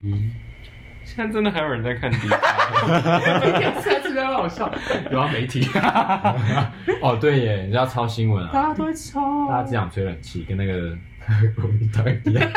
现在真的还有人在看迪卡？ 现在真的很好笑，有啊媒体。 哦，对耶，人家抄新闻啊， 大家都会抄， 大家只想吹冷气，跟那个国民党一样。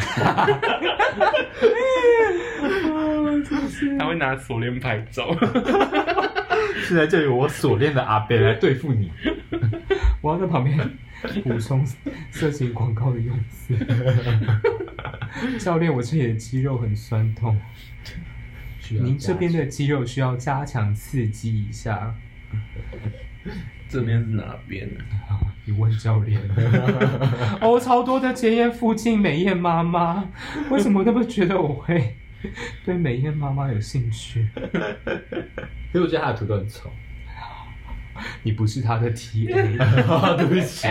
还会拿锁链拍照。 现在就由我锁链的阿伯来对付你。 我要在旁边补充色情广告的用词。教练，我这里的肌肉很酸痛，您这边的肌肉需要加强刺激一下。 这边是哪边呢？ 你问教练。哦，超多的检验附近美艳妈妈，为什么那么觉得我会对美艳妈妈有兴趣？ 可是我觉得他的图都很丑。 你不是他的 TA。 对不起。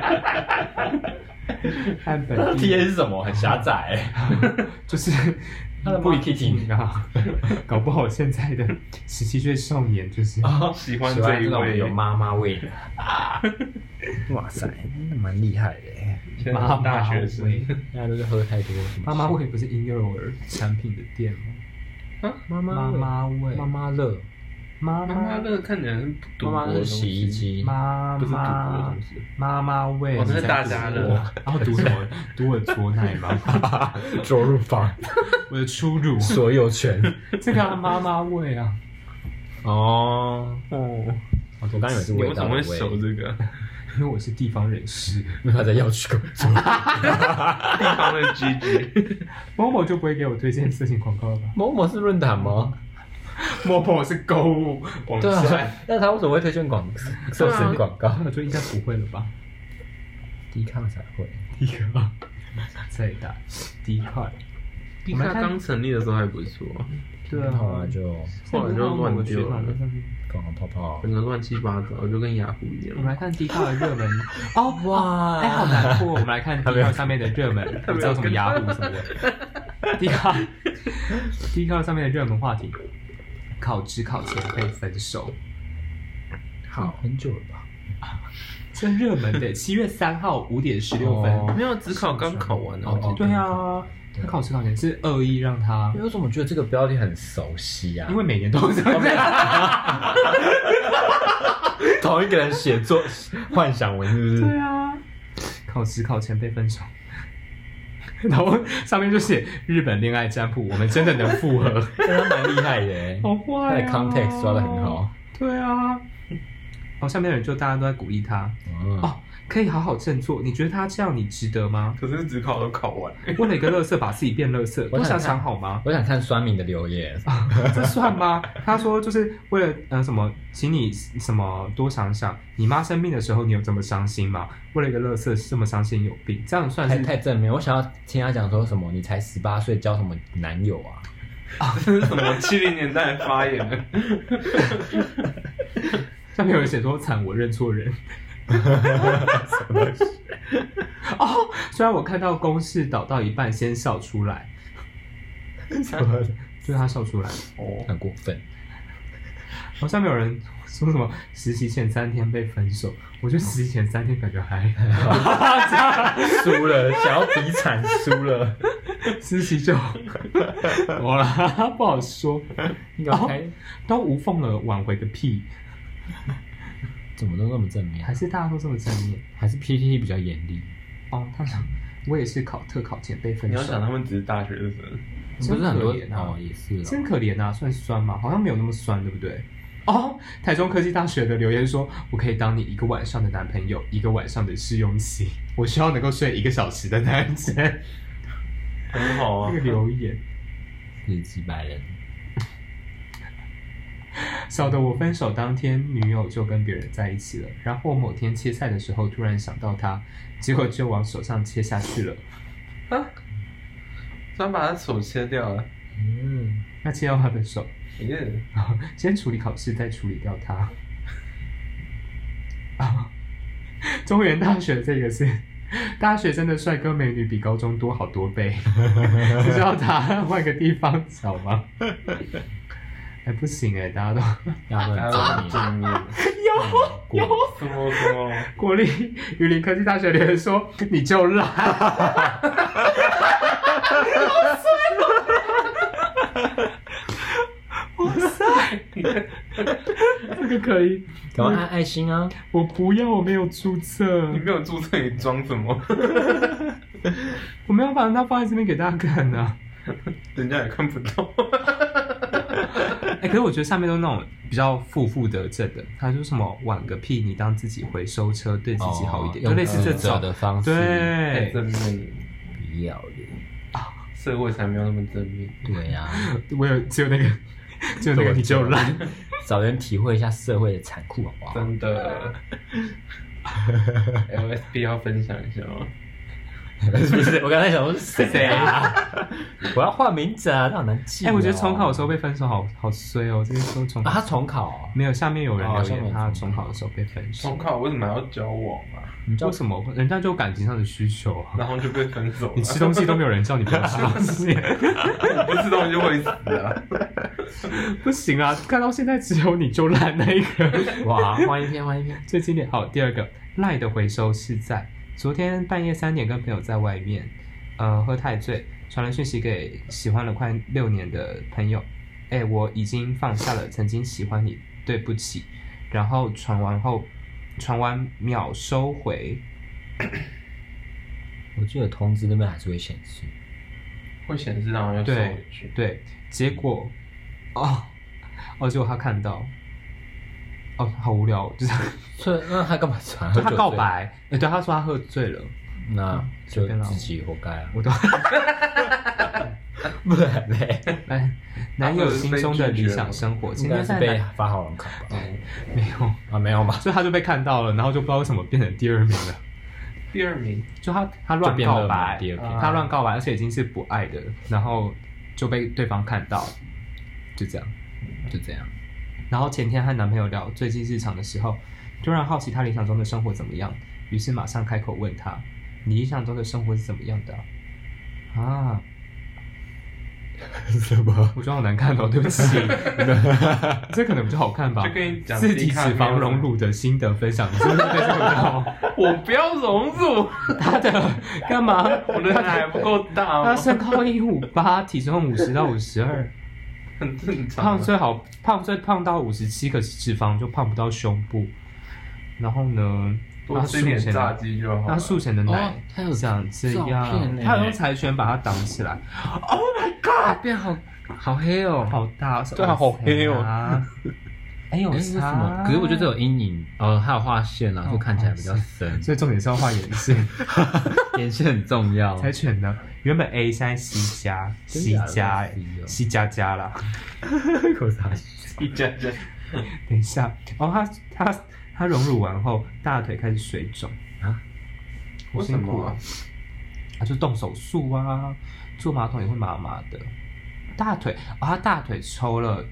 和本地 TA 是什么？很狭窄。 就是他的 marketing 啊，搞不好现在的17岁少年就是喜欢这一位有妈妈味的。哇塞，那蛮厉害的。 妈妈大学生， 现在都是喝太多。 妈妈味不是婴幼儿产品的店吗？ 妈妈味， 妈妈乐， 妈妈乐看起来是赌博的东西， 洗衣机， 妈不是赌博的东西。 妈妈味， 那是大家乐。 然后赌什么？赌我的左奶吗？ 左入房， 我的出入所有权。 这个妈妈味啊。 哦，我刚刚以为是你味道的味。 为什么会熟这个？ 因为我是地方人士， 因为他在药区工作。 地方的 GG。 某某就不会给我推荐色情广告了吧？ 某某是论坛吗？ 某某是购物网对啊站，， 那他为什么会推荐色情广告？ 我觉得应该不会了吧？ 低抗才会。 第一个再打第一块， 迪卡刚成立的时候还不错， 对啊， 后来就后来就乱丢了， 广告泡泡。 整个乱七八糟，就跟雅虎一样。 我们来看 D 卡的热门哦， 哇哎，好难过。我们来看 D 卡上面的热门，不知道什么雅虎什么的。D 卡上面的热门话题，考职考前被分手， 好很久了吧？ 这热门的7月3号5点16分， 没有只考刚考完哦。 对啊，他考职考前是恶意让他， 因为我怎么觉得这个标题很熟悉啊？ 因为每年都是这样。 同一个人写作幻想文是不是？ 对啊，考职考前被分手。然后上面就写日本恋爱占卜，我们真的能复合， 他蛮厉害的， 好坏他的 context 抓得很好。 对啊，哦，下面的人就大家都在鼓励他，哦，可以好好振作。你觉得他这样你值得吗？ 可是只考都考完， 为了一个垃圾把自己变垃圾，多想想好吗？ 我想看酸民的留言， 这算吗？他说就是为了什么，请你什么多想想，你妈生病的时候你有这么伤心吗？为了一个垃圾这么伤心有病，这样算是太正面。我想要听他讲说什么，你才18岁交什么男友啊？ 这是什么70年代的发言呢？ 上面有人写说惨，我认错人。哦，虽然我看到公式导到一半先笑出来，就是他笑出来， 哦，很过分。 然后下面有人说什么实习前3天被分手，我觉得实习前3天感觉还输了，想要比惨输了， 实习就我啦，不好说。都无缝了，挽回个屁！ 怎么都那么正面？ 还是大家都这么正面？ 还是 PTT 比较严厉？ 哦，他想我也是特考前被分手。 你要想他们只是大学生， 不是很多哦， 也是真可怜啊，算酸吗？好像没有那么酸，对不对？哦，台中科技大学的留言说，我可以当你1个晚上的男朋友，1个晚上的试用期，我需要能够睡1个小时的男生， 很好啊。 这个留言是几百人。 晓得我分手当天，女友就跟别人在一起了。然后某天切菜的时候，突然想到她，结果就往手上切下去了。 啊！专把他手切掉了。 那切掉他的手， 耶！ 先处理考试，再处理掉他。啊！中原大学这个是大学生的帅哥美女比高中多好多倍，不知道他换个地方找吗？哎，不行哎，大家都很正面。 有什么？ 国立榆林科技大学留言说你就烂，好酸哦！ 哇塞，这个可以， 赶快按爱心啊！ 我不要，我没有注册， 你没有注册，你装什么？ 我没有把它放在这边给大家看啊。 人家也看不到。 可是我觉得上面都那种比较负的正的，他说什么晚个屁，你当自己回收车，对自己好一点，就类似这种的方式， 对， 正面不要脸啊，社会才没有那么正面。 对呀， 我只有那个你就烂， 找人体会一下社会的残酷，好不好？ 真的。LSB 要分享一下吗？ 不是，我刚才想说是谁啊？我要换名字啊，他好难记。 我觉得重考的时候被分手好衰哦，这些都重考。 他重考没有，下面有人留言他重考的时候被分手。 重考为什么要交往啊？ 为什么？人家就有感情上的需求啊， 然后就被分手了。 你吃东西都没有人叫你不要吃东西， 不吃东西就会死啊！ 不行啊，看到现在只有你就烂那一个。 哇，换一篇， 最经典。好，第二个赖的回收是在昨天半夜3点跟朋友在外面，喝太醉，传了讯息给喜欢了快6年的朋友，我已经放下了曾经喜欢你，对不起。然后传完秒收回。 我记得通知那边还是会显示， 然后又收回去。 对，结果结果他看到。好无聊，就是。 所以那他干嘛传？ 他告白，对，他说他喝醉了， 那就自己活该啊！ 我都不然嘞， 男友心中的理想生活， 应该是被发好人卡吧？ 没有啊，没有吗？ 所以他就被看到了，然后就不知道为什么变成第2名了。 第2名， 就他乱告白，他乱告白，而且已经是不爱的，然后就被对方看到，就这样。然后前天和男朋友聊最近日常的时候，突然好奇他理想中的生活怎么样，于是马上开口问他：“你理想中的生活是怎么样的啊？” 什么？ 我觉得好难看哦，对不起。这可能比较好看吧？ 就跟你讲自体脂肪溶乳的心得分享，你是不是对这个比较好？ 我不要溶乳， 他的干嘛？ 我的奶还不够大吗？ 他身高158，体重50到52。 很正常。 胖最胖到57，可是脂肪就胖不到胸部。然后呢， 多吃点炸鸡就好。 他术前的奶， 他有像这样，他用柴犬把它挡起来。Oh my god， 变好黑哦， 好大， 对啊，好黑哦。 有差。 可是我觉得这有阴影，还有画线啊，就看起来比较深。 所以重点是要画眼线， 眼线很重要。 柴犬呢？原本 A 现在 C 加啦， 口啥 ？C 加。 等一下，他溶乳完后，大腿开始水肿啊？为什么啊？就动手术啊，坐马桶也会麻麻的。大腿他大腿抽了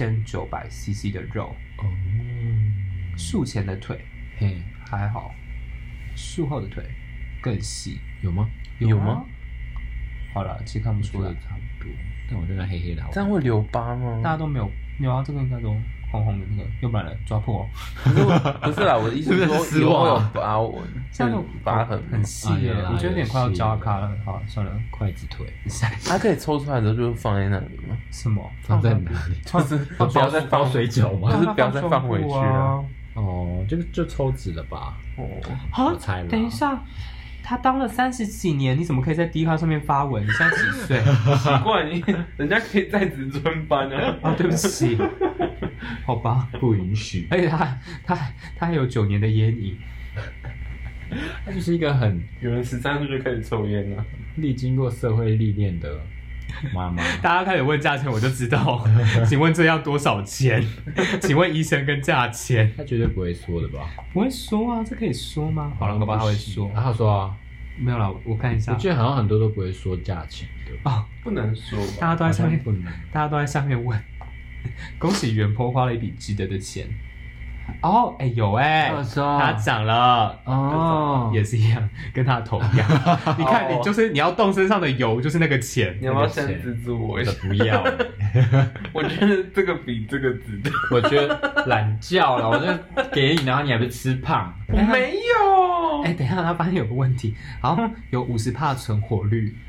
1900cc 的肉术前的腿还好，术后的腿更细， 有吗？ 好了，其实看不出来， 差不多。但我觉得黑黑的好。 这样会留疤吗？ 大家都没有啊，这个应该都红红的那个，要不然呢抓破。 不是啦，我的意思是说有疤纹， 这样疤很细耶，我觉得有点快要交卡了。好，算了， 筷子腿。 它可以抽出来的就放在那里吗？ 什么？ 放在哪里？ 就是不要再放水饺吗？ 就是不要再放回去了。 就抽脂了吧？ 我猜了。等一下。他当了30几年，你怎么可以在 D 卡上面发文？你现在几岁？ 奇怪，人家可以在职专班啊！ 对不起，好吧， 不允许。 而且他还有9年的烟瘾， 他就是一个有人13岁就开始抽烟了， 历经过社会历练的妈妈。 大家开始问价钱，我就知道。请问这要多少钱？请问医生跟价钱？ 他绝对不会说的吧？ 不会说啊，这可以说吗？好了，搞不好他会说。 他说啊， 没有啦，我看一下。 我记得好像很多都不会说价钱的不能说。 大家都在下面问。恭喜原坡花了一笔值得的钱。有他涨了也是一样，跟他的头一样。你看，你要动身上的油，就是那个钱。 你要不要先资助我一下？ 不要。 我觉得这个比这个值得。 我觉得懒觉了，我就给你，然后你还不是吃胖？ 我没有。 等一下，他发现有个问题，好像有50%存活率。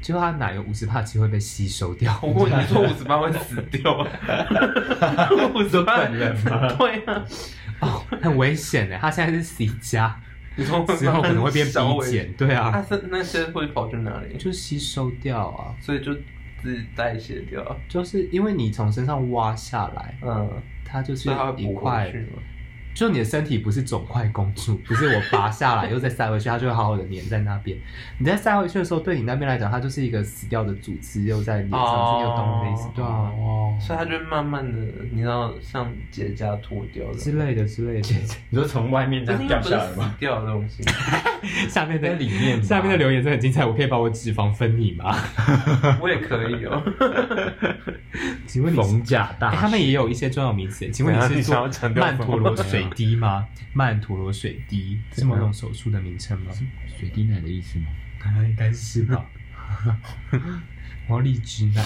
就他哪有50%机会被吸收掉？ 我问你说50%会死掉，50% 本人吗？ 对啊， 哦，很危险的。他现在是 C 加， 你说之后可能会变 B 减，对啊， 它是那些会跑去哪里？ 就吸收掉啊， 所以就自己代谢掉。 就是因为你从身上挖下来，它就是所以它会补一块回去吗？ 就你的身体不是肿块公主，不是我拔下来又再塞回去，它就会好好的粘在那边。你再塞回去的时候，对你那边来讲，它就是一个死掉的组织，又在粘上去，又懂我的意思，对啊， 所以它就会慢慢的，你知道像结痂脱掉的之类的。 你说从外面这样掉下来吗？ 死掉的东西。 下面的在里面吧下面的留言真的很精彩，我可以把我脂肪分你吗？ 我也可以哦。 请问你逢甲大他们也有一些专有名词，请问你是做曼陀罗水滴吗？曼陀罗水滴是某种手术的名称吗？ 水滴奶的意思吗？ 应该是吧。我要荔枝奶，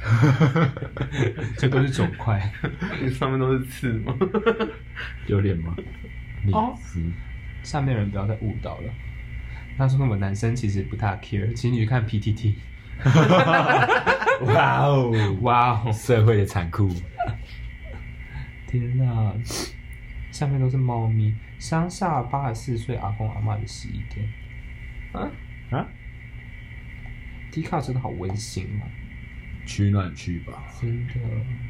这都是肿块， 你上面都是刺吗？ 有脸吗？ 哦，下面人不要再误导了。他说我们男生其实不太 care，请你去看 PTT。 哇哦， 哇哦， 社会的残酷。 天哪！下面都是猫咪。乡下84岁阿公阿嬷的洗衣店。 啊迪卡真的好温馨哦， 取暖区吧。 真的。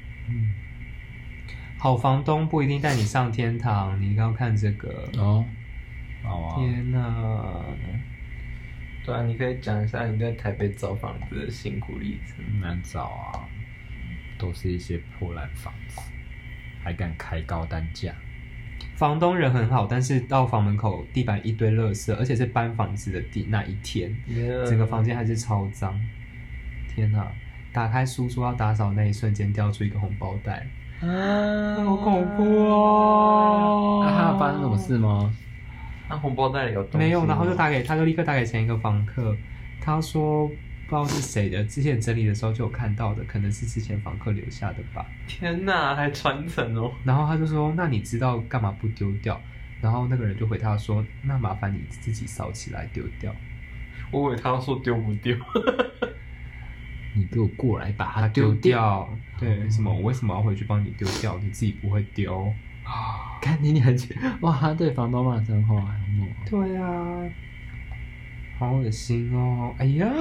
好房东不一定带你上天堂，你一定要看这个。 哦，好啊。 天哪！ 对啊，你可以讲一下你在台北找房子的辛苦历程。 难找啊，都是一些破烂房子，还敢开高单价。 房东人很好，但是到房门口地板一堆垃圾，而且是搬房子的那一天，整个房间还是超脏。天哪！打开书桌要打扫那一瞬间，掉出一个红包袋，好恐怖哦！ 他有发生什么事吗？ 那红包袋里有东西没有，然后就立刻打给前一个房客，他说不知道是谁的，之前整理的时候就有看到的，可能是之前房客留下的吧。 天哪，还传承哦！ 然后他就说：“那你知道干嘛不丢掉？”然后那个人就回他说：“那麻烦你自己扫起来丢掉。” 我以为他要说丢不丢。 你给我过来把它丢丢掉。 对，什么？我为什么要回去帮你丢掉？你自己不会丢？ 看你很哇，他对房东骂真话，好猛。 对啊，好恶心哦！哎呀，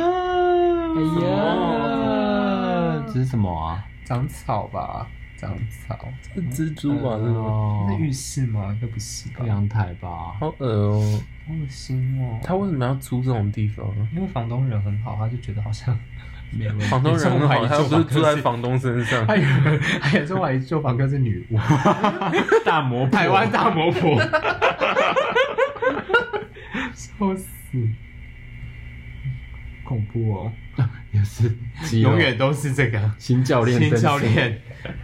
这是什么啊？ 长草吧，长草。 是蜘蛛吧？是吗？ 那浴室吗？应该不是吧？ 阳台吧？ 好恶哦！ 好恶心哦！ 他为什么要租这种地方啊？ 因为房东人很好，他就觉得好像没有问题。 房东人很好，他又不是住在房东身上。 他有时候怀疑旧房客是女巫， 大魔婆， 台湾大魔婆，笑死，恐怖哦！ 也是永远都是这个新教练， 新教练。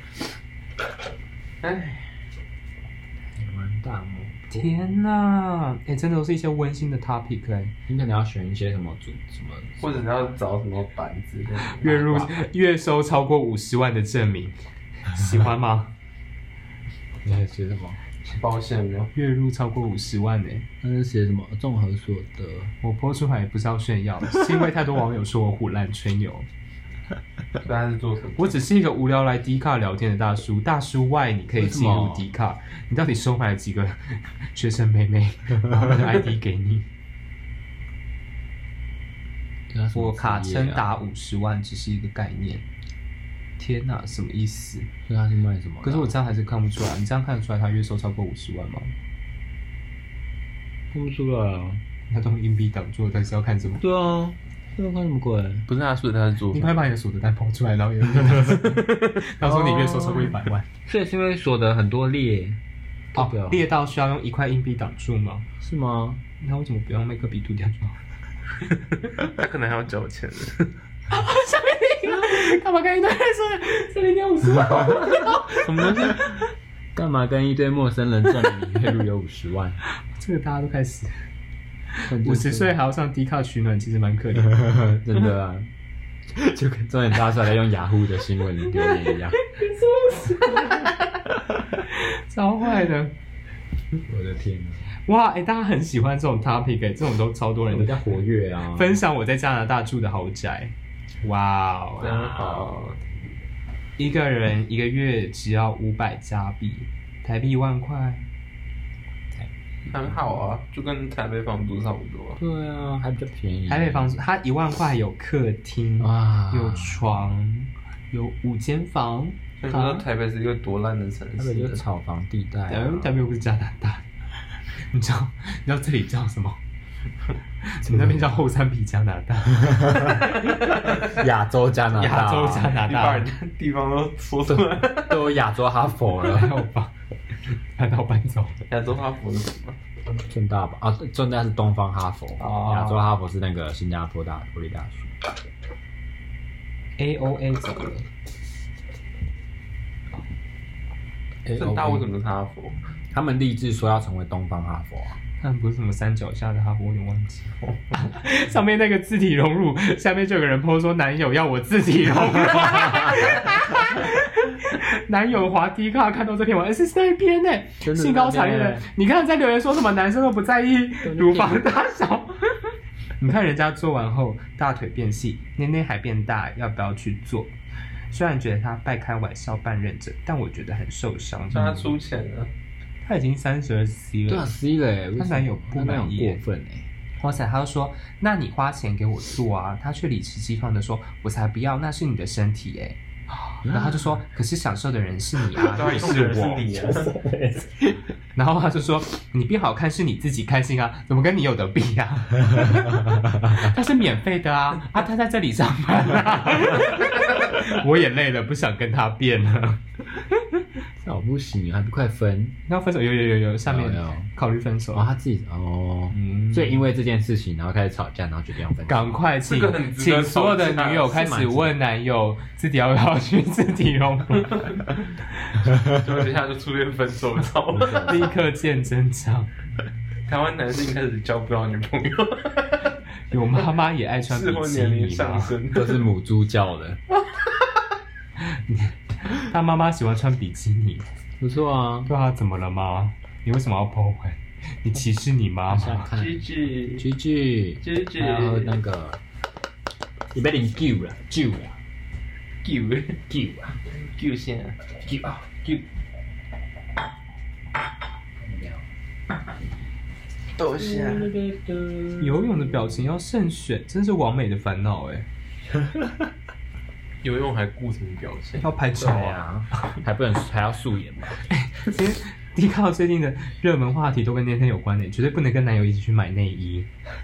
哎， 台湾大魔婆， 天哪！哎，真的都是一些温馨的 topic 哎。 你可能要选一些什么或者你要找什么板子的？ 月收超过50万的证明，喜欢吗？ 你还写什么？ 保险没有？ 月入超过50万哎。 那是写什么综合所得？ 我播出来也不是要炫耀，是因为太多网友说我唬烂吹牛。 他是做什么？ 我只是一个无聊来迪卡聊天的大叔，大叔外你可以进入迪卡，你到底收买了几个学生妹妹，然后把 ID 给你。我卡称打50万只是一个概念。天哪，什么意思？ 所以他是卖什么？ 可是我这样还是看不出来，你这样看得出来他月收超过50万吗？ 看不出来啊。 他都用硬币挡住了，但是要看什么？ 对啊，这要看什么鬼？ 不是他说的，他是做。 你快把你的所得单抛出来，然后也他说你月收超过100万， 所以是因为所得很多列， 哦，列到需要用1块硬币挡住吗？ 是吗？ 那为什么不用make笔涂掉就好？ 他可能还要交钱的。 下面干嘛跟一堆人说这里有50万？ 什么东西？干嘛跟一堆陌生人证明你月入有50万？ 这个大家都开始50岁还要上迪卡取暖，其实蛮可怜的。 真的啊，就跟中原大帅在用雅虎的新闻留言一样。 超坏的！ 我的天哪！ 哇，大家很喜欢这种 topic，这种都超多人的比较活跃啊。 分享我在加拿大住的豪宅，哇哦， 真好。 一个人一个月只要500加币，台币1万块， 很好啊，就跟台北房租差不多。 对啊，还比较便宜。 台北房租它1万块有客厅， 哇， 有床，有5间房。 所以说台北是一个多烂的城市。 台北就是炒房地带啊。 台北又不是加拿大，你知道这里叫什么？你那边叫后山皮加拿大， 亚洲加拿大， 亚洲加拿你把大人家地方都说出来。 都有亚洲哈佛了。 还有吧，搬到搬走。 亚洲哈佛是什么？ 正大吧？啊，正大是东方哈佛， 哦亚洲哈佛是那个新加坡国立大学。 AOA 怎么了？ 正大为什么是哈佛？ 他们立志说要成为东方哈佛啊。 他们不是什么山脚下的哈佛，我有点忘记。上面那个字体融入，下面就有个人 po 说男友要我字体融入。男友滑低卡看到这篇文，是那一篇呢，兴高采烈的。你看在留言说什么男生都不在意乳房大小。你看人家做完后大腿变细，内内还变大，要不要去做？虽然觉得他半开玩笑半认真，但我觉得很受伤。 叫他出钱了。 他已经32C 了， 对啊，C 了耶， 他男友不满意， 过分哎。 哇塞，他就说：“那你花钱给我做啊？”他却理直气壮的说：“我才不要，那是你的身体哎。”然后他就说：“可是享受的人是你啊， 当然是你啊。” 然后他就说：“你变好看是你自己开心啊，怎么跟你有得比啊？他是免费的啊，他在这里上班啊。我也累了，不想跟他变了。” 那我不行，还不快分？ 要分手有，下面有考虑分手哦，他自己哦，所以因为这件事情，然后开始吵架，然后决定要分手。 赶快请所有的女友开始问男友自己要不要去自体融入， 就接下来就出现分手潮， 立刻见真章。 台湾男性开始交不到女朋友， 有妈妈也爱穿比基尼吗？ 都是母猪叫的。 他妈妈喜欢穿比基尼， 不错啊。 对啊，怎么了吗？你为什么要剖回？你歧视你妈妈 ？GG， 然后那个，你被领救了，救先救。 多谢。 游泳的表情要慎选，真是完美的烦恼哎。 游泳还顾什么表情？ 要拍照啊， 还要素颜吧？ 其实迪卡最近的热门话题都跟那天有关的，绝对不能跟男友一起去买内衣。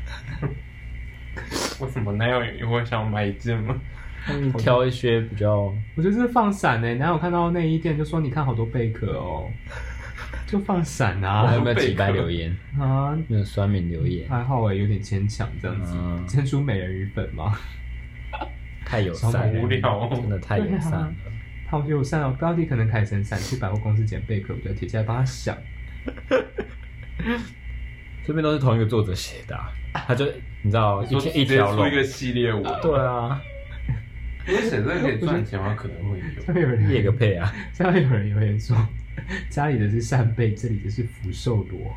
为什么男友也会想买一件吗？ 挑一些比较， 我觉得是放闪欸，男友看到内衣店就说：“你看好多贝壳哦。”就放闪啊！ 还有没有几百留言啊？ 没有酸民留言？ 还好有点牵强这样子。珍珠美人鱼粉吗？ 太友善了， 无聊， 真的太友善了。 好友善哦，标题可能改成闪去百货公司捡贝壳，我就贴起来帮他想。 这边都是同一个作者写的，他就你知道一条龙出一个系列文， 对啊。 如果写这个可以赚钱的话，可能会有。 上面有人列个配啊， 上面有人留言说，家里的是扇贝，这里的是福寿螺。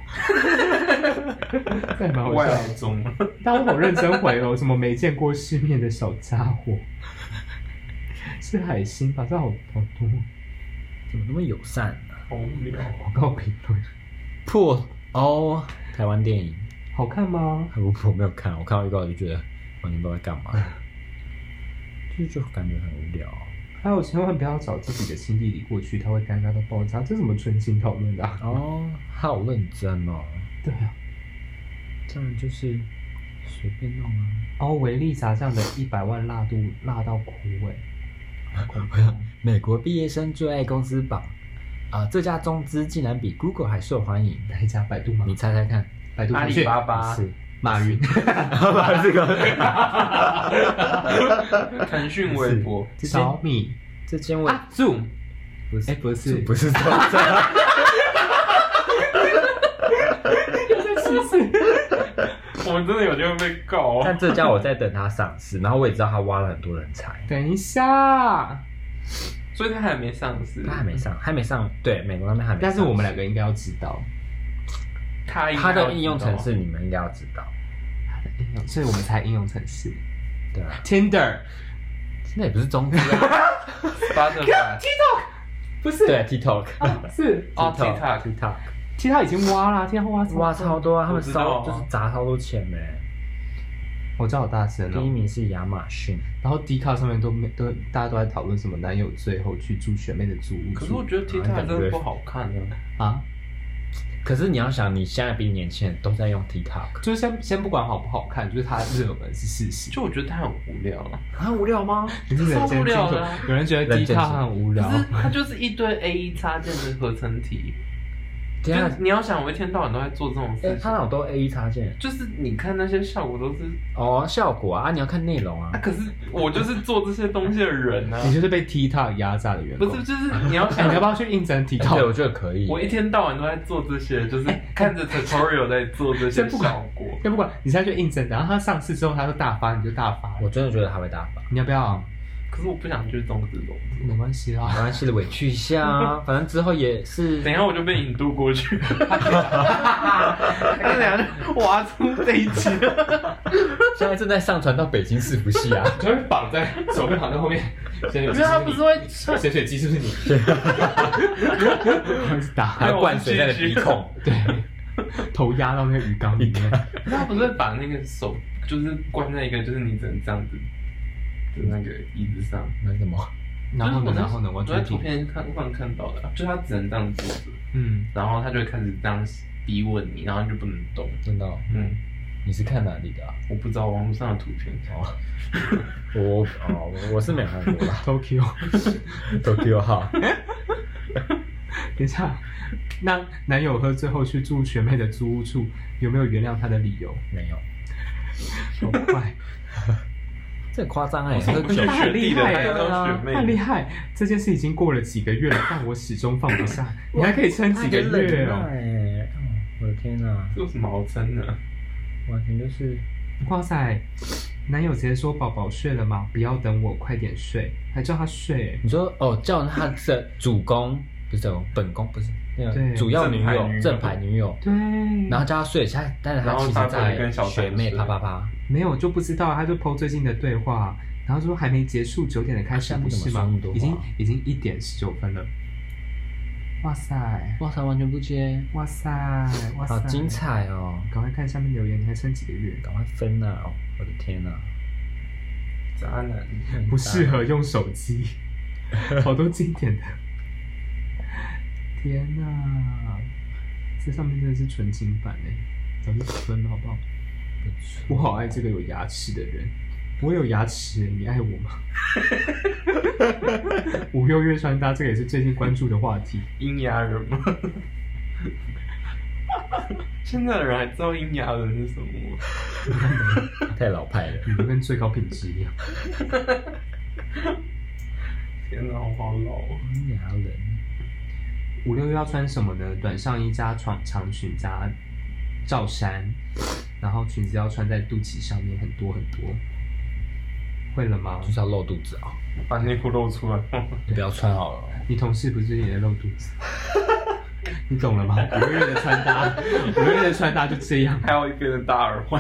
在蛮好笑的中， 大家都好认真回哦，什么没见过世面的小家伙，是海星吧？这好多， 怎么那么友善呢？ 好无聊。 广告评论破哦，台湾电影好看吗？ 我没有看，我看到预告就觉得完全不知道在干嘛，就感觉很无聊。 还有千万不要找自己的亲弟弟过去，他会尴尬到爆炸。这是什么纯情讨论的啊？ 哦，好认真哦。 对啊， 这样就是随便弄啊。 哦，维力炸酱的100万辣度辣到哭美国毕业生最爱公司榜这家中资竟然比 Google 还受欢迎。 哪一家？百度吗？ 你猜猜看。 百度、 阿里巴巴是马云。 这个腾讯、微博、 小米。 这间位 Zoom 不是不是不是 Zoom。 又在歧视。 我们真的有机会被告。 但这家我在等它上市，然后我也知道它挖了很多人才。 等一下， 所以它还没上市。 它还没上，对，美国那边还没上市。 但是我们两个应该要知道。 它的应用程式你们应该要知道。 它的应用，所以我们才应用程式。 对啊 Tinder， 那也不是中资啊。 TikTok 不是对 TikTok 是哦 TikTok TikTok 已经挖了，TikTok 挖超多啊，他们我知道啊就是砸超多钱呗。 我叫好大声第一哦。 名是亚马逊， 然后 D 卡上面都大家都在讨论什么男友最后去住学妹的租屋处。 可是我觉得 TikTok 真的不好看啊， 可是你要想，你现在比年轻人都在用 TikTok， 就是先不管好不好看，就是它热门是事实。 就我觉得它很无聊啊。 很无聊吗？ 你是人间超无聊的净土有人觉得 D 卡很无聊， 可是它就是一堆 A1 插件的合成体。就等一下是你要想，我一天到晚都在做这种事情。 它哪有都 A1 插件？ 就是你看那些效果都是哦，效果啊，你要看内容啊。 可是我就是做这些东西的人啊。 你就是被 TikTok 压榨的员工。 不是，就是你要哎， 想你要不要去应征对， TikTok？ 我觉得可以。 我一天到晚都在做这些，就是看着 tutorial 在做这些效果。 先不管，你现在去应征，然后他上市之后他就大发，你就大发。 我真的觉得他会大发。 你要不要？ 可是我不想去中资公司。 没关系啦没。关系的，委屈一下啊，反正之后也是。 等一下我就被引渡过去，他等一下就挖出这一集， 现在正在上传到北京伺服器啊。 就会绑在手会绑在后面。因因为他不是会潜水机是不是你？开始打， 还要灌水在的鼻孔。 对，头压到那个鱼缸里面。 他不是会把那个手就是关在一个就是你只能这样子的那个椅子上。 那什么？ 然后呢？然后呢？ 我在图片上看到的，就是他只能这样坐着，然后他就会开始这样逼问你，然后你就不能动。 真的哦？你是看哪里的啊？ 我不知道网络上的图片。 我是没有看过啦。 Tokyo 好。等一下，那男友喝醉后去住学妹的租屋处，有没有原谅他的理由？ 没有。 好快。 这很夸张哎，喝酒他很厉害学他很厉害。这件事已经过了几个月了，但我始终放不下。你还可以撑几个月哦！ 我的天哪， 这有什么好撑的？ 完全就是， 哇塞！男友直接说：“宝宝睡了吗？不要等我，快点睡。”还叫他睡。 你说哦，叫他的主攻不是主攻，本攻不是那个主要女友，正牌女友。 对。 然后叫他睡，但是他其实在学妹啪啪啪。 没有就不知道，他就 po 最近的对话，然后说还没结束，9点的开始，不是吗？已经1点19分了。哇塞， 完全不接。 哇塞， 好精彩哦！ 赶快看下面留言，你还剩几个月？ 赶快分啊！哦，我的天哪！ 渣男不适合用手机，好多经典的。天哪，这上面真的是纯金版哎，早就分了好不好？我好爱这个有牙齿的人，我有牙齿，你爱我吗？五六月穿搭，这个也是最近关注的话题。 阴牙人吗？现在的人还知道阴牙人是什么吗？ 太老派了， 你们跟最高品质一样。 天哪，我好老哦！ 阴牙人。 5、6月要穿什么呢？短上衣加长裙加罩衫，然后裙子要穿在肚脐上面，很多很多。会了吗？ 就是要露肚子啊！ 把内裤露出来。 不要穿好了。 你同事不是也在露肚子？你懂了吗？5、6月的穿搭，5、6月的穿搭就这样。 还有一个人戴耳环。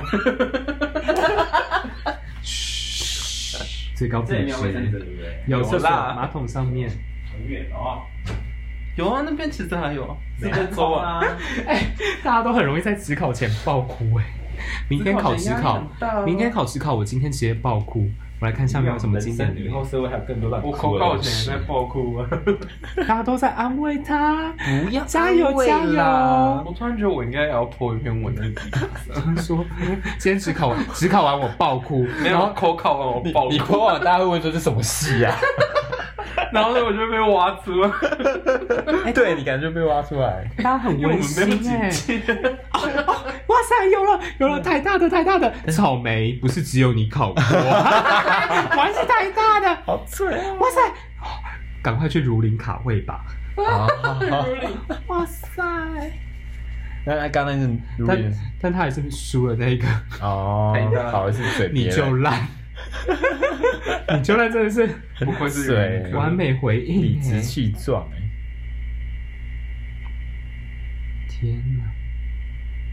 嘘，最高品质。有厕所马桶上面。 很远哦。有啊，那边其实还有啊。 这边走啊！ 哎，大家都很容易在指考前爆哭哎。明天考指考，我今天直接爆哭。我来看下面有什么经典的。 以后社会还有更多烂我考考前也在爆哭啊！ 大家都在安慰他， 不要加油加油！ 我突然觉得我应该也要 po 一篇文在底下。 说今天只考完我爆哭， 没有口考完我爆哭。 你 po 完大家会不会说这什么戏啊？ 然后我就被挖出来。 对你感觉被挖出来， 大家很温馨哎！哇塞，有了，台大的草莓不是只有你考过，还是台大的， 好脆！ 哇塞，赶快去儒林卡位吧！哇塞！ 那刚那是儒林， 但他还是输了那个哦，好是水， 你就烂。你就烂真的是不愧是水完美回应， 理直气壮哎！ 天哪！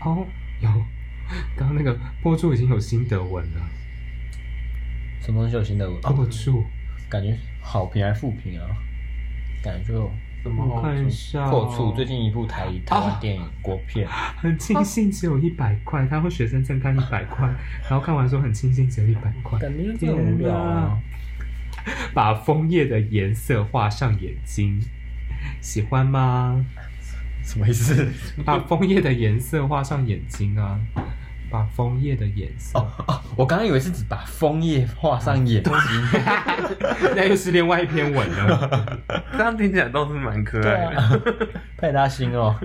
哦，有，刚刚那个破处已经有心得文了。 什么东西有新的？ 破处， 感觉好评还是负评啊？感觉就我看一下破处最近一部台湾电影国片， 很庆幸只有100块，他会学生证看100块，然后看完说很庆幸只有100块， 感觉就很无聊啊。 把枫叶的颜色画上眼睛，喜欢吗？ 什么意思？ 把枫叶的颜色画上眼睛啊！把枫叶的颜色我刚刚以为是指把枫叶画上眼睛， 那又是另外一篇文了。 这样听起来倒是蛮可爱的。 派大星哦。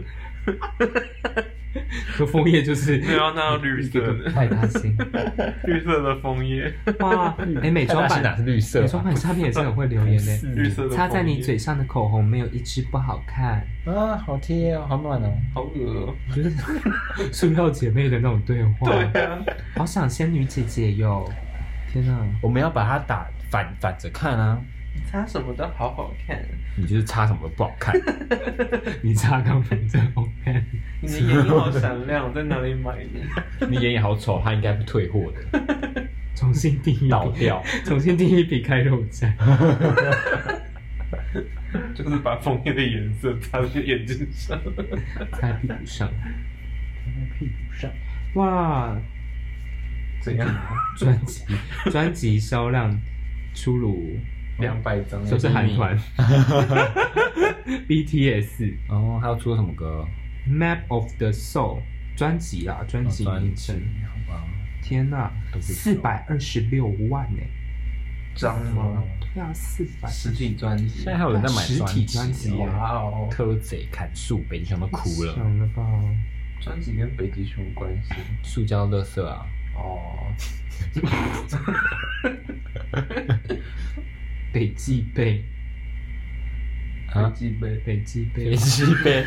说枫叶就是没有那绿色的派大星， 绿色的枫叶。 哇，美妆版哪是绿色？ 美妆版上面也是很会留言呢。 绿色的擦在你嘴上的口红没有一支不好看啊，好贴哦，好暖哦， 好恶哦， 就是塑料姐妹的那种对话。 对啊， 好想仙女姐姐哟！天哪， 我们要把它打反着看啊！ 擦什么都好好看， 你就是擦什么都不好看。 你擦钢粉真好看。 你的眼影好闪亮，在哪里买的？ 你眼影好丑，它应该不退货的。 重新定义倒掉， 重新定义比开肉站。 就是把枫叶的颜色擦在眼睛上， 擦屁股上， 擦在屁股上。 哇！ 怎样？ 专辑销量出炉 200张， 都是韩团。BTS 哦，还要出什么歌 ？Map of the Soul 专辑啦，专辑名称。 好吧。 天哪，426万呢！ 张吗？ 对啊，400 实体专辑。 现在还有人在买实体专辑哇哦！ 柯贼砍树，北极熊都哭了。 想了吧？ 专辑跟北极熊有关系？ 塑胶垃圾啊！ 哦。 北极贝。 飞机杯， 飞机杯， 飞机杯。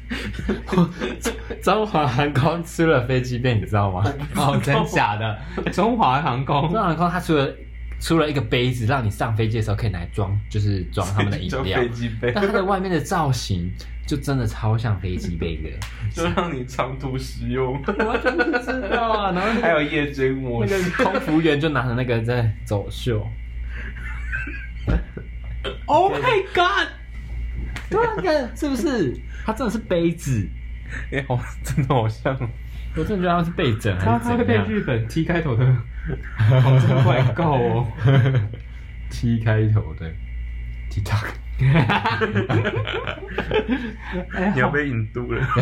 中华航空出了飞机杯，你知道吗？ 哦，真假的？中华航空， 中华航空它出了一个杯子，让你上飞机的时候可以拿来装，就是装他们的饮料。 飞机杯， 但它的外面的造型就真的超像飞机杯的， 就让你长途使用。 我真不知道啊！然后还有夜间模式， 那个空服员就拿着那个在走秀。 Oh my god！ 对啊，看是不是？它真的是杯子， 好，真的好像。 我真的觉得它是被整还是怎样？ 它会被日本 T 开头的网站怪告哦。 T 开头的 TikTok。 你要被引渡了。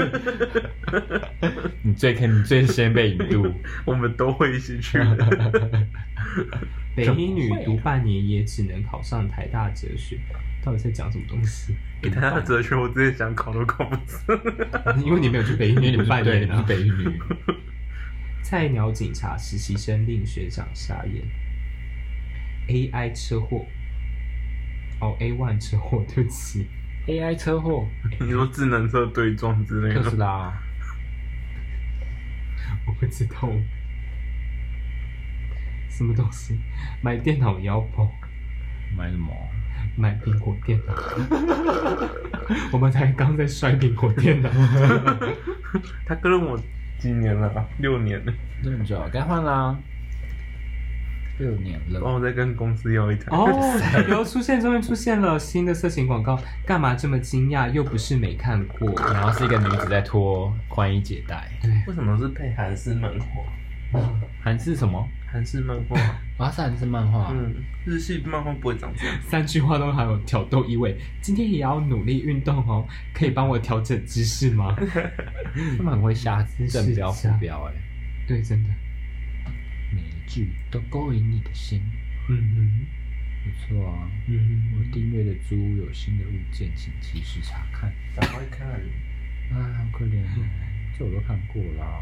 你最先被引渡， 我们都会一起去的。 北一女读半年也只能考上台大哲学，到底在讲什么东西？ 台大哲学我之前想考都考不上， 因为你没有去北一女读半年啊。 北一女。 菜鸟警察实习生令学长傻眼。AI 车祸。哦 ，A1 车祸，对不起。 AI 车祸？ 你说智能车对撞之类的？ 特斯拉。 我不知道。什么东西？买电脑腰包？ 买什么？ 买苹果电脑。我们才刚在摔苹果电脑。 他跟我几年了？6年了。 这么久，该换啦。6年了。 帮我再跟公司要一台。 哦，终于出现了新的色情广告，干嘛这么惊讶？又不是没看过。 然后是一个女子在脱宽衣解带。 对， 为什么是配韩式漫画？ 韩式什么？ 韩式漫画。 它是韩式漫画。 日系漫画不会长这样。 3句话都还有挑逗意味。今天也要努力运动哦，可以帮我调整姿势吗？ 他们很会下正标副标对，真的。 每一句都勾引你的心。不错啊。我订阅的猪有新的物件，请及时查看。 赶快看。 好可怜哦，这我都看过了。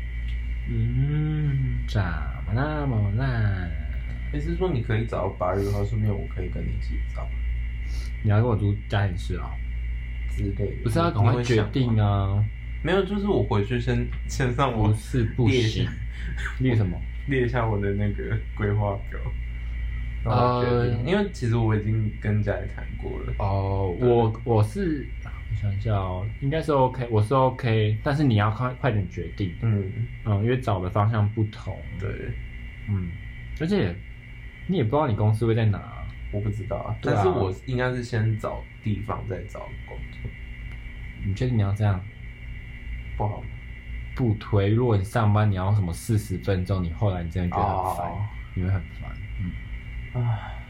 怎么那么烂？ 是说你可以找8月号，顺便我可以跟你一起找。 你要跟我租家庭室啊？ 之类的。 不是要赶快决定啊？ 没有，就是我回去先上我不是不行。列什么？ 列一下我的那个规划表， 因为其实我已经跟家里谈过了。 哦，我是我想一下哦，应该是 OK， 我是 OK， 但是你要快点决定。因为找的方向不同。 对， 而且你也不知道你公司会在哪。 我不知道啊，但是我应该是先找地方再找工作。 你确定你要这样？ 不好吗？ 不推，如果你上班你要什么40分钟，你后来你真的觉得很烦，你会很烦。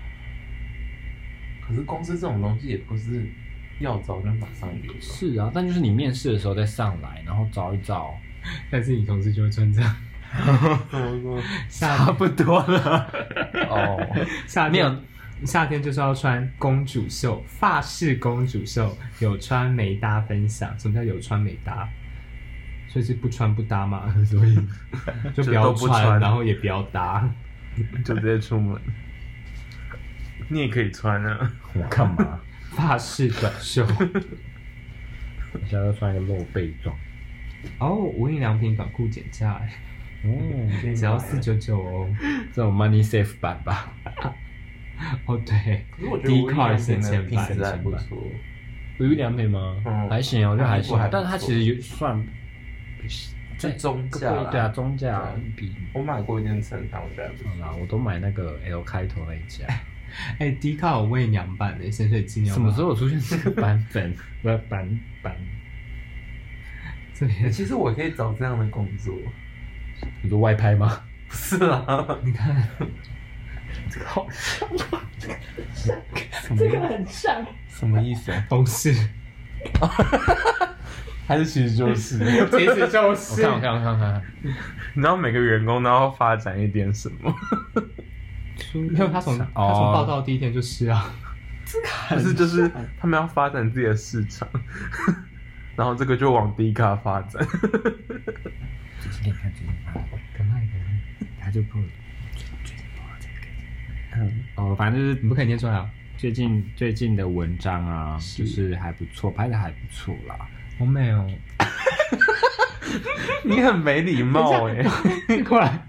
可是公司这种东西也不是要找就马上有。 是啊，但就是你面试的时候再上来，然后找一找， 但是你同事就会穿这样。 差不多了。 夏天就是要穿公主袖，法式公主袖，有穿没搭分享。什么叫有穿没搭？所以是不穿不搭嘛，所以就不要穿，然后也不要搭， 就直接出门。你也可以穿啊。 我干嘛？ 法式短袖。 我现在要穿一个露背装。 无印良品短裤减价只要499哦。 这种 money safe 版吧。 对， 可是我觉得无印良品的品质还不错。 无印良品吗？还行，我觉得还行，但是它其实也算在中价。 对啊，中价比。 我买过一件衬衫，我觉得还不错。 好啦，我都买那个 L 开头那一家。 Dcard 有伪娘版的潜水机， 什么时候有出现这个版本？版？ 这边其实我可以找这样的工作。 你说外拍吗？ 不是啊， 你看。 这个好像吧？ 这个很像， 什么意思啊？ 同事， 还是其实就是， 其实就是。 我看， 你知道每个员工都要发展一点什么？ 没有，他从报道第一天就是啊， 可是就是他们要发展自己的市场，然后这个就往Dcard发展。 今天看干嘛？他就不。反正就是你不可以念出来啊。 最近的文章啊，就是还不错，拍的还不错啦。 好美哦。 你很没礼貌过来。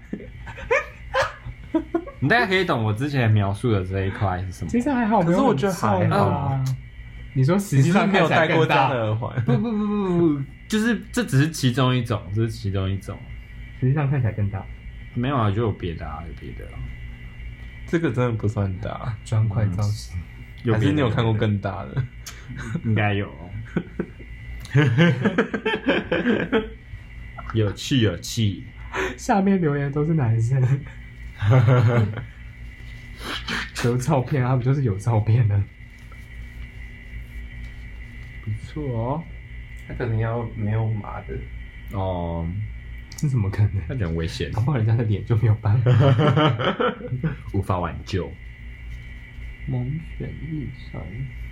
你大概可以懂我之前描述的这一块是什么？ 其实还好， 可是我觉得还好。 你说实际上没有戴过这样的耳环？ 不，就是这只是其中一种，实际上看起来更大。 没有啊，就有别的啊，有别的啊。 这个真的不算大， 砖块造型。 还是你有看过更大的？ 应该有。有趣。 下面留言都是男生。有照片啊，不就是有照片的？ 不错哦。 他可能要没有码的。 这怎么可能？ 那很危险， 搞不好人家的脸就没有办法， 无法挽救。 蒙选日常。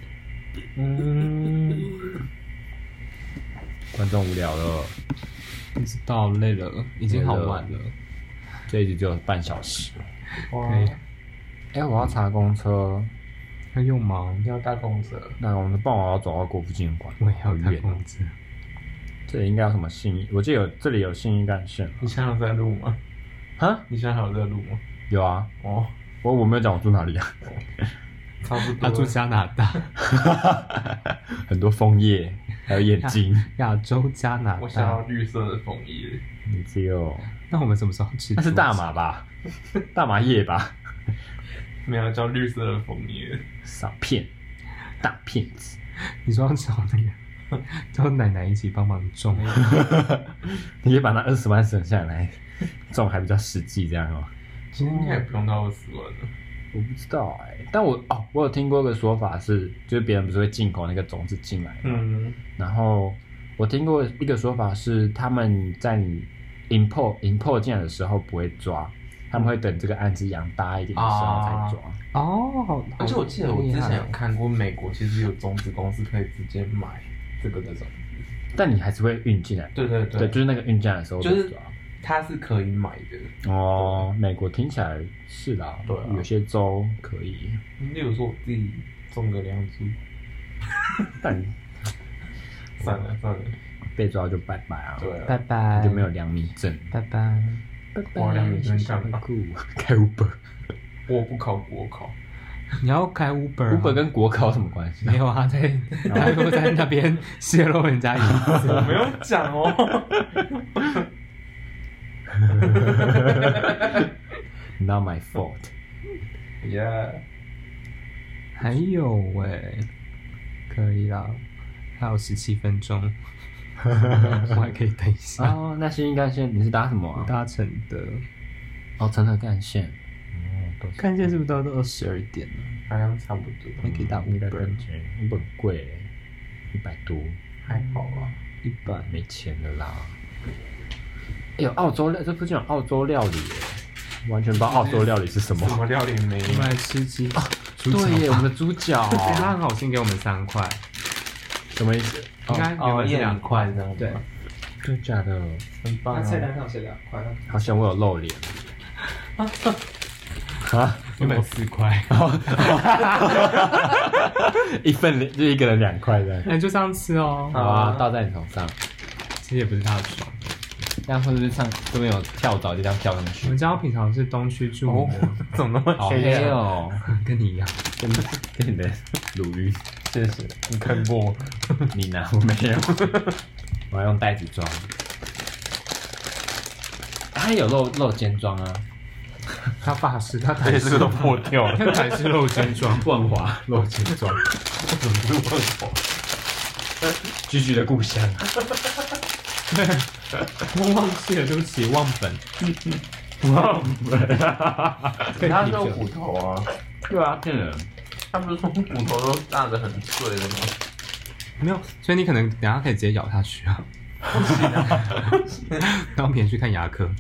观众无聊了， 不知道累了，已经好晚了。 这一集只有半小时。 哇！ 我要查公车， 要用吗？ 你要搭公车？ 那我们傍晚要走到国父纪念馆， 我也要搭公车。 这里应该有什么信义？我记得这里有信义干线。 你现在有在录吗？你现在还有在录吗？ 有啊。我没有讲我住哪里啊。 差不多。 他住加拿大。 很多枫叶，还有眼睛。 亚洲加拿大。 我想要绿色的枫叶。 你只有。 那我们什么时候吃？ 那是大麻吧？大麻叶吧？ 没有，叫绿色的枫叶。 少骗，大骗子。 你说要找那个？叫奶奶一起帮忙种。 你可以把那20万省下来，种还比较实际，这样哦。 其实应该也不用到20万了。 我不知道但我有听过一个说法是，就是别人不是会进口那个种子进来嘛，然后我听过一个说法是，他们在你 import 进来的时候不会抓，他们会等这个案子养大一点的时候才抓。 而且我记得我之前有看过美国其实有种子公司可以直接买这个的种子， 但你还是会运进来。对，就是那个运进来的时候就是它是可以买的。 美国听起来是啦，对，有些州可以。 例如说我自己种个2株， 但算了， 被抓就拜拜啊！ 对， 拜拜， 就没有良民证。 拜拜， 哇，良民证干嘛？ 开 Uber。 我不考国考。 你要开 Uber 跟国考有什么关系？ 没有啊，他又在那边泄露人家隐私。 我没有讲哦。 Not my fault. Yeah. 还有可以啦，还有17分钟，我还可以等一下。 哦，那新干线你是搭什么啊？ 搭乘的。 哦，承德干线。 干线是不是都22点了？ 好像差不多。 还可以打500。 很贵，100多。 还好吧 ，100。 没钱了啦。有澳洲料，这附近有澳洲料理耶，完全不知道澳洲料理是什么。 什么料理没有？ 我们来吃鸡。 对耶，我们的猪脚。 他很好心给我们3块。 什么意思？ 应该原本是2块这样。 对。 真的假的？ 很棒。 那菜单上写2块。 好险我有露脸。啊， 原本4块。 一份就一个人2块的。 那就这样吃哦。 好啊，倒在你头上。 其实也不是他的爽。 这样或者是上这边有跳蚤，就这样跳上去。 我们家平常是东区著名的， 怎么那么好黑哦？ 跟你一样， 跟你的鲈鱼， 谢谢。你看过？ 你拿我没有，我要用袋子装。它有肉尖装啊， 他发饰，他台式都破掉了， 他台式肉尖装， 万华肉尖装， 怎么是万华？ 居居的故乡。 我忘记了，对不起，忘本。 忘本， 他是有骨头啊。 对啊，骗人。 他不是说骨头都炸得很碎的吗？ 没有，所以你可能等一下可以直接咬下去啊。然后明天去看牙科。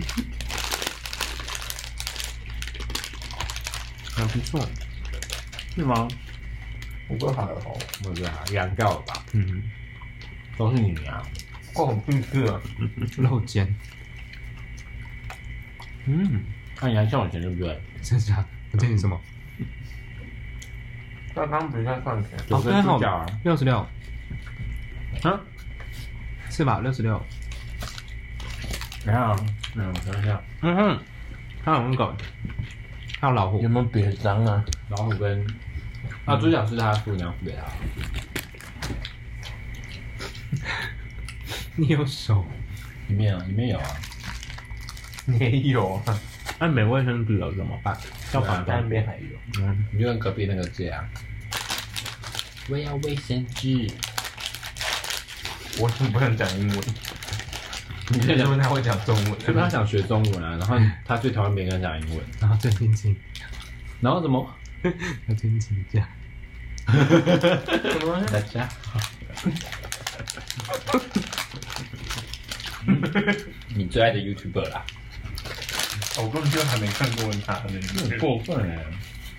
还不错。 是吗？ 我觉得还好。 我觉得还凉掉了吧？ 嗯， 都是你啊。 关我屁事啊！ 肉尖。 那你还欠我钱对不对？ 真假？我欠你什么？ 他刚不是在算钱？ 哦，刚好啊 66。 啊？ 是吧？66。 等一下，我想一下。 还有那个，还有老虎。 有没有别张啊？ 老虎跟猪脚是他付，你要付给他。 你有手？ 里面有啊。 你也有啊？ 那没卫生纸了怎么办？叫房东。 那边还有。 你就跟隔壁那个借啊。我要卫生纸。 我怎么不能讲英文？ 你可以讲， 他会讲中文。 是不是他想学中文啊？然后他最讨厌别人讲英文。 然后最近请， 然后怎么？ 要最近请假。 什么？ 大家好。你最爱的 YouTuber 啦。 我根本就还没看过他的那个。 很过分哎！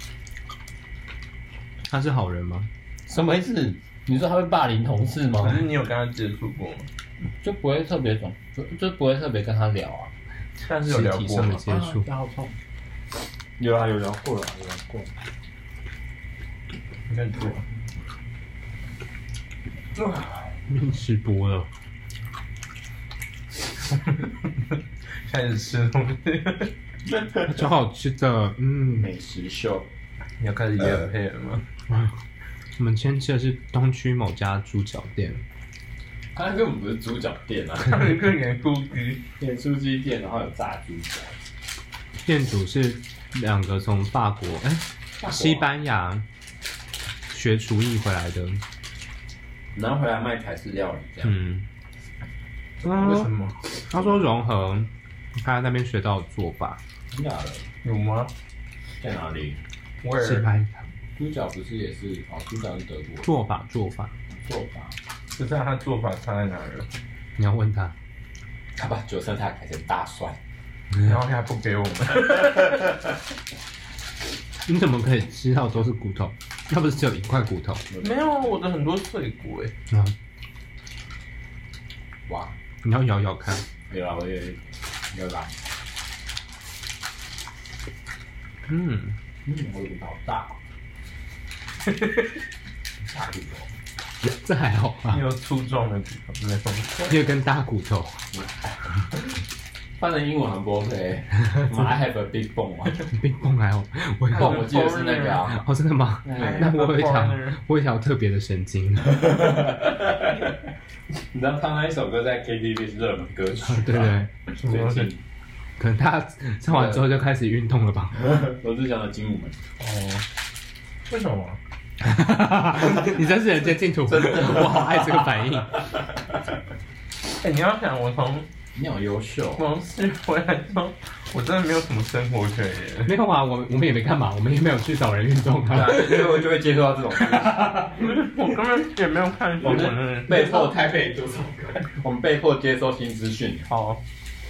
他是好人吗？ 什么意思？你说他会霸凌同事吗？ 可是你有跟他接触过吗？ 就不会特别就不会特别跟他聊啊。 但是有聊过吗？ 接触。 好痛。有啊，有聊过了，有聊过。 应该做。 吃播了。 开始吃东西。 超好吃的， 美食秀。 你要开始演配了吗？ 我们今天吃的是东区某家猪脚店。 它根本不是猪脚店啊， 它是个盐酥鸡。 盐酥鸡店，然后有炸猪脚。 店主是2个从法国、西班牙学厨艺回来的， 然后回来卖台式料理这样。 为什么？ 他说融合他在那边学到的做法。 真的？ 有吗？ 在哪里？ 西班牙猪脚不是也是猪脚是德国做法。 不知道他做法差在哪了。 你要问他。 他把韭菜菜改成大蒜， 然后他还不给我们。 你怎么可以吃到都是骨头？那不是只有1块骨头？ 没有，我的很多碎骨啊！ 哇！ 你要咬咬看。 有啦，我也有啦。我骨头好大。大骨头。 这还好吧？ 你有粗壮的骨头那种。 一根大骨头。 翻成英文很不 OK。I have a big bone 啊 ，big bone 还好， 我记得是那个啊。 哦，真的吗？那我有一条特别的神经。 你知道他那一首歌在 KTV 是热门歌曲， 对对， 最近可能他唱完之后就开始运动了吧？ 罗志祥的《精武门》。 哦，为什么？ 你真是人间净土，真的，我好爱这个反应。 哎，你要想， 你好优秀。 从市回来之后，我真的没有什么生活可言。 没有啊，我们也没干嘛，我们也没有去找人运动啊。 所以我就会接触到这种。 我根本也没有看新闻， 被迫台北多少个？我们被迫接收新资讯。 好。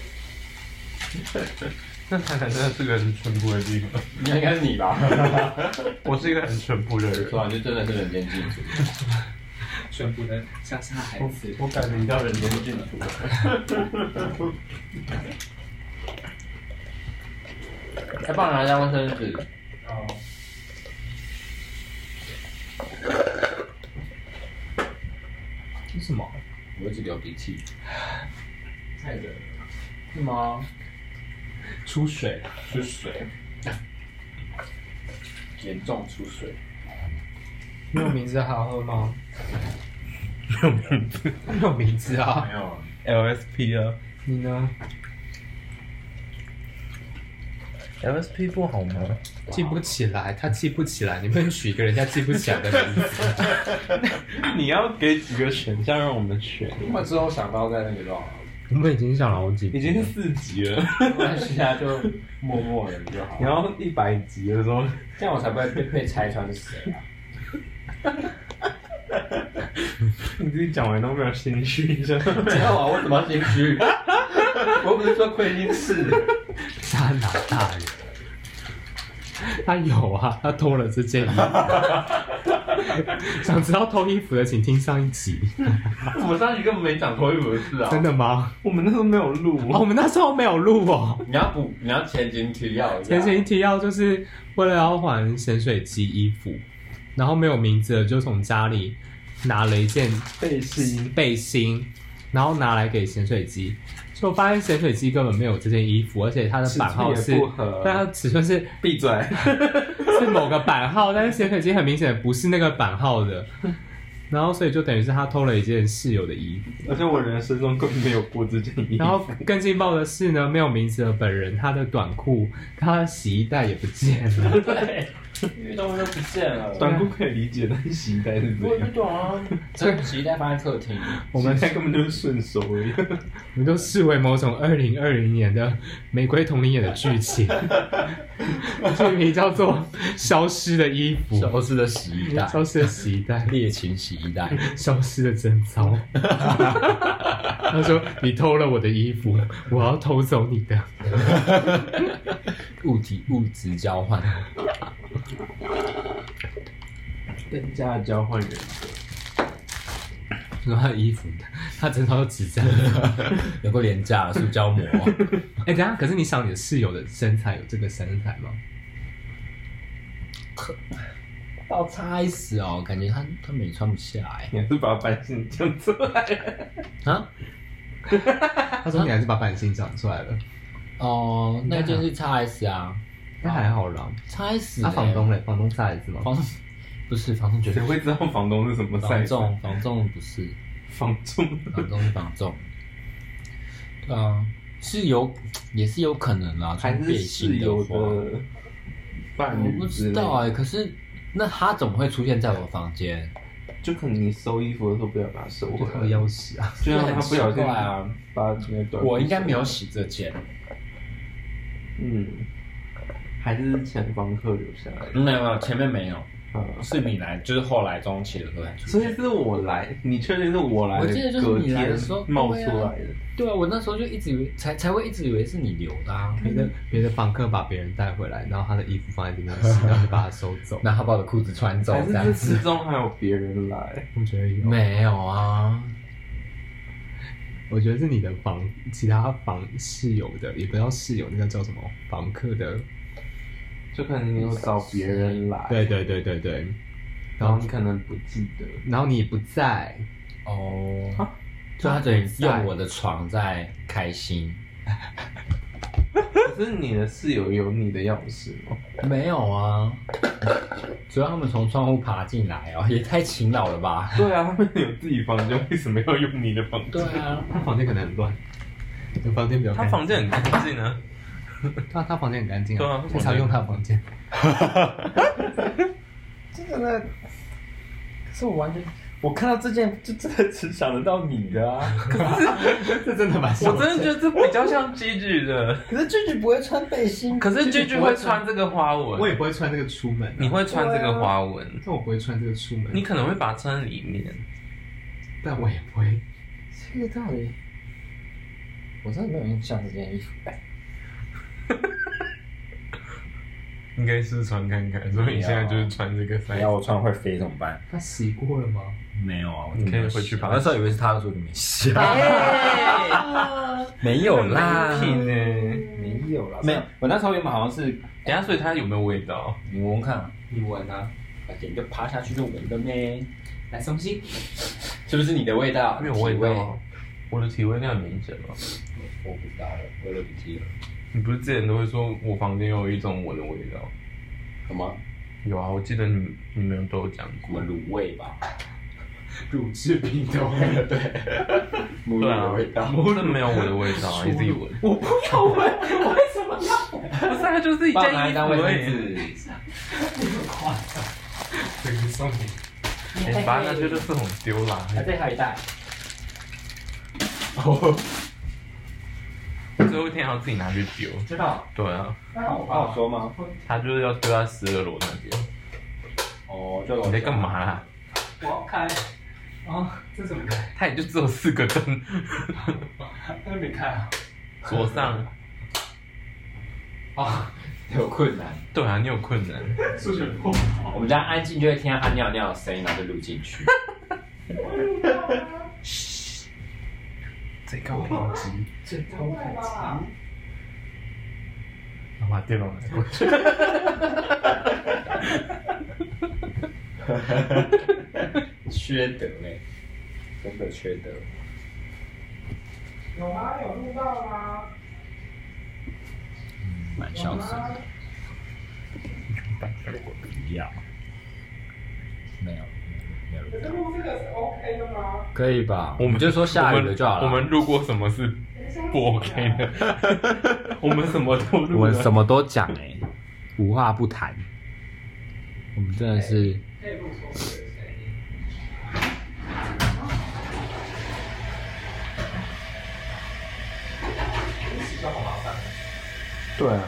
那台南真的是个很淳朴的地方。 应该是你吧？ 我是一个很淳朴的人， 是吧？就真的是人间净土。 淳朴的乡下孩子， 我改名叫人间净土。 还帮我拿一下卫生纸。 哦。 这是什么？ 我一直流鼻涕。太热了。是吗？ 出水， 严重出水。 没有名字好喝吗？没有名字啊。 没有。 LSP 啊。 你呢 ？LSP 不好吗？ 记不起来，他记不起来，你不能取一个人家记不起来的名字。 你要给几个选项让我们选？ 我之后想到在那个多少？ 我们已经想了好几， 已经4集了， 没关系啊，就默默的就好。 你要100集的时候， 这样我才不会被拆穿是谁啊？ 你自己讲完都没有心虚， 没有啊，我怎么心虚？我不是说亏心事， 渣男大人。他有啊，他偷了这件衣服。想知道偷衣服的，请听上一集。 我们上一集根本没讲偷衣服的事啊！ 真的吗？ 我们那时候没有录哦，我们那时候没有录哦。 你要前情提要一下。 前情提要就是为了要还咸水鸡衣服，然后没有名字的就从家里拿了一件背心，然后拿来给咸水鸡。就发现咸水鸡根本没有这件衣服，而且它的版号是，但它尺寸是闭嘴， 是某个版号，但是咸水鸡很明显不是那个版号的，然后所以就等于是他偷了一件室友的衣服， 而且我人生中根本没有过这件衣服。 然后更劲爆的是呢，没有名字的本人，他的短裤、他的洗衣袋也不见了， 对。运动都不见了， 短裤可以理解，但是洗衣袋是怎样？ 我不懂啊，这洗衣袋放在客厅， 我们现在根本就是顺手而已。 我们都视为某种2020年的玫瑰同龄眼的剧情，剧名叫做《消失的衣服》， 消失的洗衣袋， 消失的洗衣袋， 猎情洗衣袋， 消失的贞操。他说：“你偷了我的衣服，我要偷走你的。” 物质交换。 更加的交换原则。 说他的衣服，他整套都纸张， 有个廉价的塑胶膜。 等一下，可是你想你的室友的身材有这个身材吗？ 到XS哦，感觉他们也穿不下哎。 你还是把版型讲出来了啊？ 他说你还是把版型讲出来了。 哦，那件是XS啊。 那还好啦 ，XS。 那房东嘞？房东 XS 吗？ 不是房东， 谁会知道房东是什么 size？ 房仲不是。 房仲是房仲。对啊，也是有可能啦， 还是室友的伴侣？ 我不知道哎，可是那他怎么会出现在我房间？ 就可能你收衣服的时候不要把它收回来， 钥匙啊， 就让他不小心啊，把那个短。 我应该没有洗这件。 还是前房客留下来的？ 没有，前面没有。是你来，就是后来中期的时候才出现。 所以是我来，你确定是我来的？ 我记得就是你来的时候冒出来的。 对啊，我那时候就一直以为，才会一直以为是你留的啊。 别的房客把别人带回来，然后他的衣服放在里面洗，然后就把他收走， 然后他把我的裤子穿走。 还是始终还有别人来？ 我觉得有。 没有啊。 我觉得是你的其他房室友的，也不叫室友，那个叫什么房客的。 就可能你有找别人来， 对， 然后你可能不记得， 然后你不在， 哦，所以他等于用我的床在开心， 可是你的室友有你的钥匙吗？ 没有啊，主要他们从窗户爬进来哦，也太勤劳了吧？ 对啊，他们有自己房间，为什么要用你的房间？ 对啊， 他房间可能很乱，你房间比较干净。 他房间很干净啊。 他房间很干净啊， 对啊经常用他的房间。 这个，可是我完全，我看到这件就真的只想得到你的啊。 这真的蛮像。 我真的觉得这比较像 Gigi 的， 可是Gigi不会穿背心， 可是 Gigi 会穿这个花纹， 我也不会穿这个出门。 你会穿这个花纹， 但我不会穿这个出门。 你可能会把它穿在里面， 但我也不会。 这个到底，我真的没有印象这件衣服。 应该试穿看看。所以你现在就是穿这个 size。 要我穿会飞怎么办？ 他洗过了吗？ 没有啊，我你可以回去把它那时候以为是他的，说就没洗。没有啦，没有啦，没有。我那时候原本好像是， 等下，所以它有没有味道？ 你闻闻看， 你闻啊， 快点就趴下去就闻的呢。 来松心， 是不是你的味道？ 没有味道。我的体味应该很明显吧？ 我不知道了，我都不记了。 你不是之前都会说我房间有一种我的味道？ 什么？ 有啊，我记得你们都有讲过。 什么卤味吧？ 乳制品的味， 对，母乳的味道。 这没有我的味道，你自己闻。 我不要闻，我为什么要闻？ 不是，它就是一件衣服而已。 你很夸张，这个送你。 你把它就是这种丢啦。 这还有一袋。 哦。 最后一天要自己拿去丢。 知道。 对啊。 那好说吗？ 他就是要丢在12楼那边。 哦，就你在干嘛啦？ 我要开。哦，这怎么开？ 它也就只有4个灯。 那没开啊？ 左上。 啊， 有困难。 对啊，你有困难。 数学不好。 我们家安静就会听到他尿尿的声音，然后就录进去。 最高品质， 最高品质。 我把电脑拿过去。 缺德嘞，真的缺德。 有吗？有录到吗？ 蛮孝顺的。不要。没有。 可是录这个是 OK 的吗？ 可以吧？我们就说下雨了就好了。 我们录过什么是不 OK 的？我们什么都录。 我们什么都讲无话不谈。我们真的是。 可以录错的声音。好麻烦。 对啊。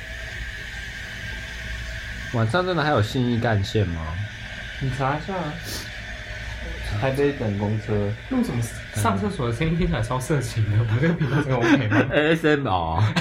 晚上真的还有信义干线吗？ 你查一下。台北等公车， 用什么上厕所的声音听起来超色情的？我们这个频道真的 OK 吗 ？ASMR。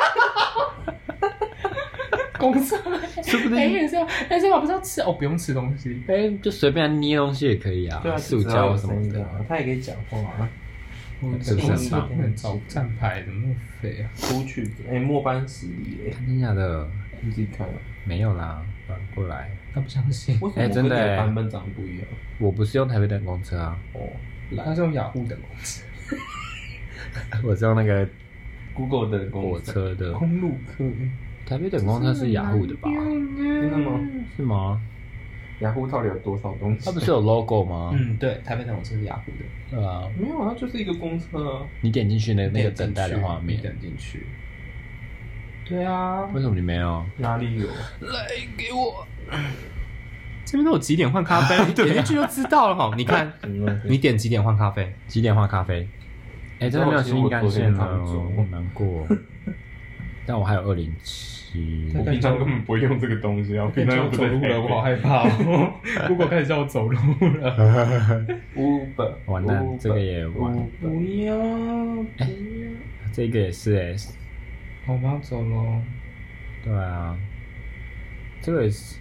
公车是不是 ？ASMR 不是要吃哦，不用吃东西， 就随便捏东西也可以啊。 对啊， 塑胶什么的， 他也可以讲话啊。 是不是不能找站牌的那么肥啊？ 出去，末班驶离真假的？ 你自己看。 没有啦，反过来。 他不相信。 真的版本长得不一样。 我不是用台北等公车啊。 哦。 他是用雅虎等公车。 我是用那个 Google 的火车的。 公路客。 台北等公车是雅虎的吧？ 真的吗？ 是吗？ 雅虎到底有多少东西？ 它不是有 logo 吗？ 对，台北等公车是雅虎的。 对啊。 没有，它就是一个公车啊。 你点进去那个等待的画面。 点进去。对啊。 为什么你没有？ 哪里有？ 来给我。 这边都有几点换咖啡，点进去就知道了哈。你看，你点几点换咖啡？ 几点换咖啡？真的没有新干线了，难过。但我还有207。 我平常根本不会用这个东西啊，平常又不走路了，我好害怕哦。Google 开始叫我走路了。 Uber， 完蛋，这个也完。 不要， 这个也是我们要走喽。 对啊，这个也是。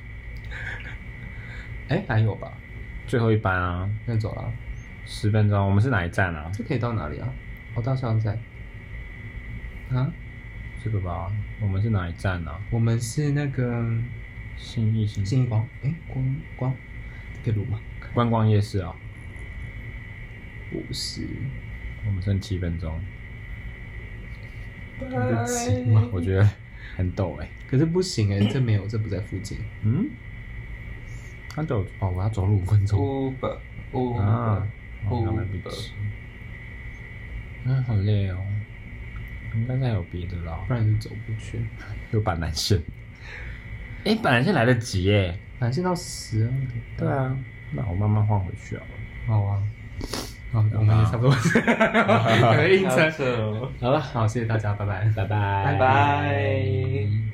还有吧？ 最后一班啊， 那走了。 10分钟，我们是哪一站啊？ 这可以到哪里啊？到上站。啊？ 这个吧？我们是哪一站啊？ 我们是那个信义光。光可以录吗？ 观光夜市啊。 50。 我们剩7分钟。 得起吗？ 我觉得很陡哎。 可是不行哎，这没有，这不在附近。 他走我要走路5分钟。 Uber， 好累哦。应该还有别的啦， 不然就走不去。 有板南线。板南线来得及耶， 板南线到10啊。 对啊，那我慢慢换回去啊。 好啊。好，我们也差不多。硬撑。 好了， 好，谢谢大家，拜拜， 拜拜， 拜拜。